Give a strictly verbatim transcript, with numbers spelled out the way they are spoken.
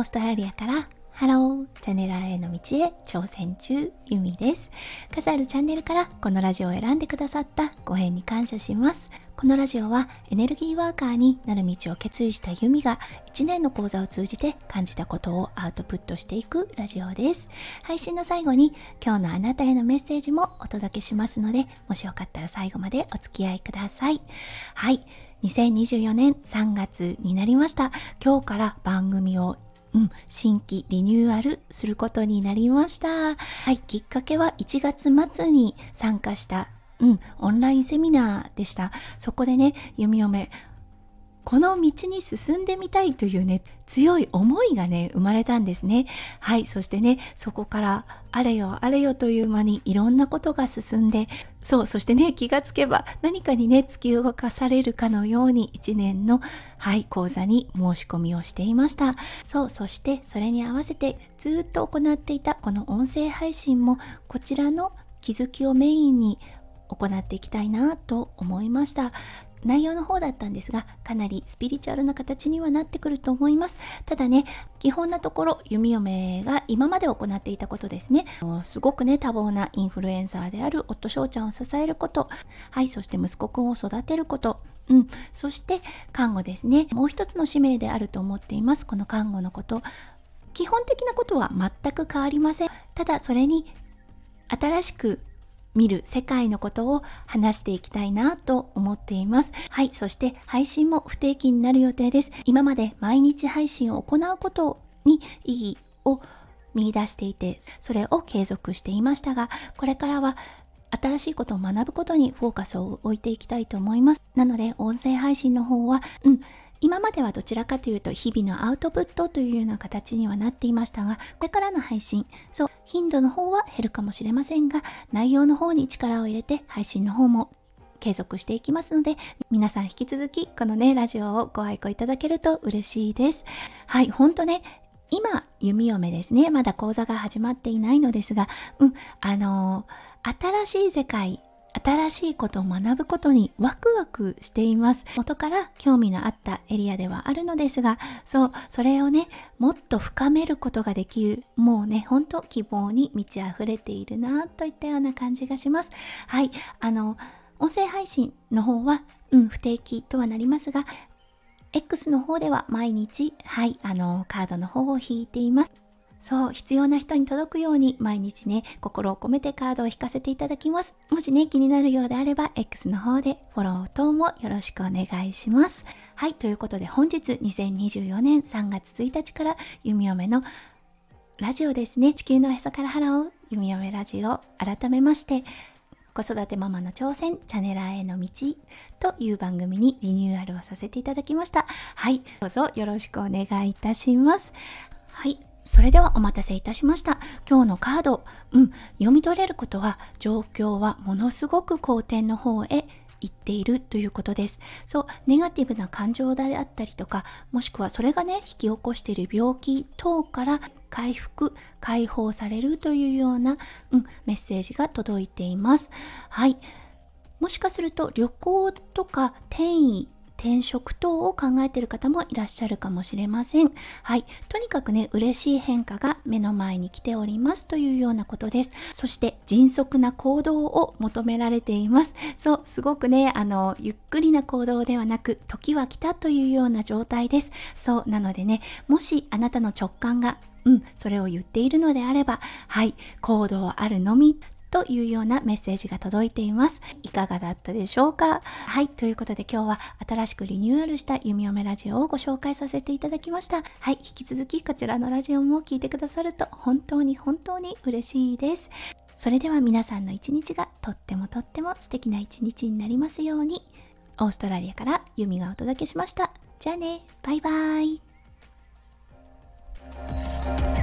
ーストラリアからハロー、チャネラーへの道へ挑戦中、ゆみです。数あるチャンネルからこのラジオを選んでくださったご縁に感謝します。このラジオはエネルギーワーカーになる道を決意したゆみがいちねんの講座を通じて感じたことをアウトプットしていくラジオです。配信の最後に今日のあなたへのメッセージもお届けしますので、もしよかったら最後までお付き合いください。はい、にせんにじゅうよねんさんがつになりました。今日から番組をうん、新規リニューアルすることになりました。はい、きっかけはいちがつまつに参加した、うん、オンラインセミナーでした。そこでね、弓嫁、この道に進んでみたいというね、強い思いがね、生まれたんですね。はい、そしてね、そこからあれよあれよという間にいろんなことが進んで、そう、そしてね、気がつけば何かにね、突き動かされるかのようにいちねんの、はい、講座に申し込みをしていました。そう、そしてそれに合わせてずっと行っていたこの音声配信も、こちらの気づきをメインに行っていきたいなと思いました。内容の方だったんですが、かなりスピリチュアルな形にはなってくると思います。ただね、基本なところ、弓嫁が今まで行っていたことですね。すごくね、多忙なインフルエンサーである夫翔ちゃんを支えること、はい、そして息子くんを育てること、うん、そして看護ですね。もう一つの使命であると思っています。この看護のこと。基本的なことは全く変わりません。ただそれに新しく見る世界のことを話していきたいなと思っています。はい、そして配信も不定期になる予定です。今まで毎日配信を行うことに意義を見出していて、それを継続していましたが、これからは新しいことを学ぶことにフォーカスを置いていきたいと思います。なので音声配信の方は、うん、今まではどちらかというと日々のアウトプットというような形にはなっていましたが、これからの配信、そう、頻度の方は減るかもしれませんが、内容の方に力を入れて配信の方も継続していきますので、皆さん引き続きこのね、ラジオをご愛顧いただけると嬉しいです。はい、ほんとね、今、弓嫁ですね、まだ講座が始まっていないのですが、うん、あのー、新しい世界、新しいことを学ぶことにワクワクしています。元から興味のあったエリアではあるのですが、そう、それをね、もっと深めることができる、もうね、ほんと希望に満ち溢れているなといったような感じがします。はい、あの、音声配信の方は、うん、不定期とはなりますが、X の方では毎日、はい、あの、カードの方を引いています。そう、必要な人に届くように毎日ね、心を込めてカードを引かせていただきます。もしね、気になるようであれば X の方でフォロー等もよろしくお願いします。はい、ということで本日にせんにじゅうよねんさんがつついたちから弓嫁のラジオですね、地球のへそからハロー、弓嫁ラジオ改めまして、子育てママの挑戦、チャネラーへの道という番組にリニューアルをさせていただきました。はい、どうぞよろしくお願いいたします。はい、それではお待たせいたしました。今日のカード、うん、読み取れることは、状況はものすごく好転の方へ行っているということです。そう、ネガティブな感情であったりとか、もしくはそれがね、引き起こしている病気等から回復、解放されるというような、うん、メッセージが届いています。はい。もしかすると旅行とか転移、転職等を考えている方もいらっしゃるかもしれません。はい。とにかくね、嬉しい変化が目の前に来ておりますというようなことです。そして迅速な行動を求められています。そう、すごくね、あの、ゆっくりな行動ではなく、時は来たというような状態です。そう、なのでね、もしあなたの直感が、うん、それを言っているのであれば、はい、行動あるのみ、というようなメッセージが届いています。いかがだったでしょうか？はい、ということで今日は新しくリニューアルした弓嫁ラジオをご紹介させていただきました。はい、引き続きこちらのラジオも聞いてくださると本当に本当に嬉しいです。それでは皆さんの一日がとってもとっても素敵な一日になりますように。オーストラリアから弓がお届けしました。じゃあね、バイバイ。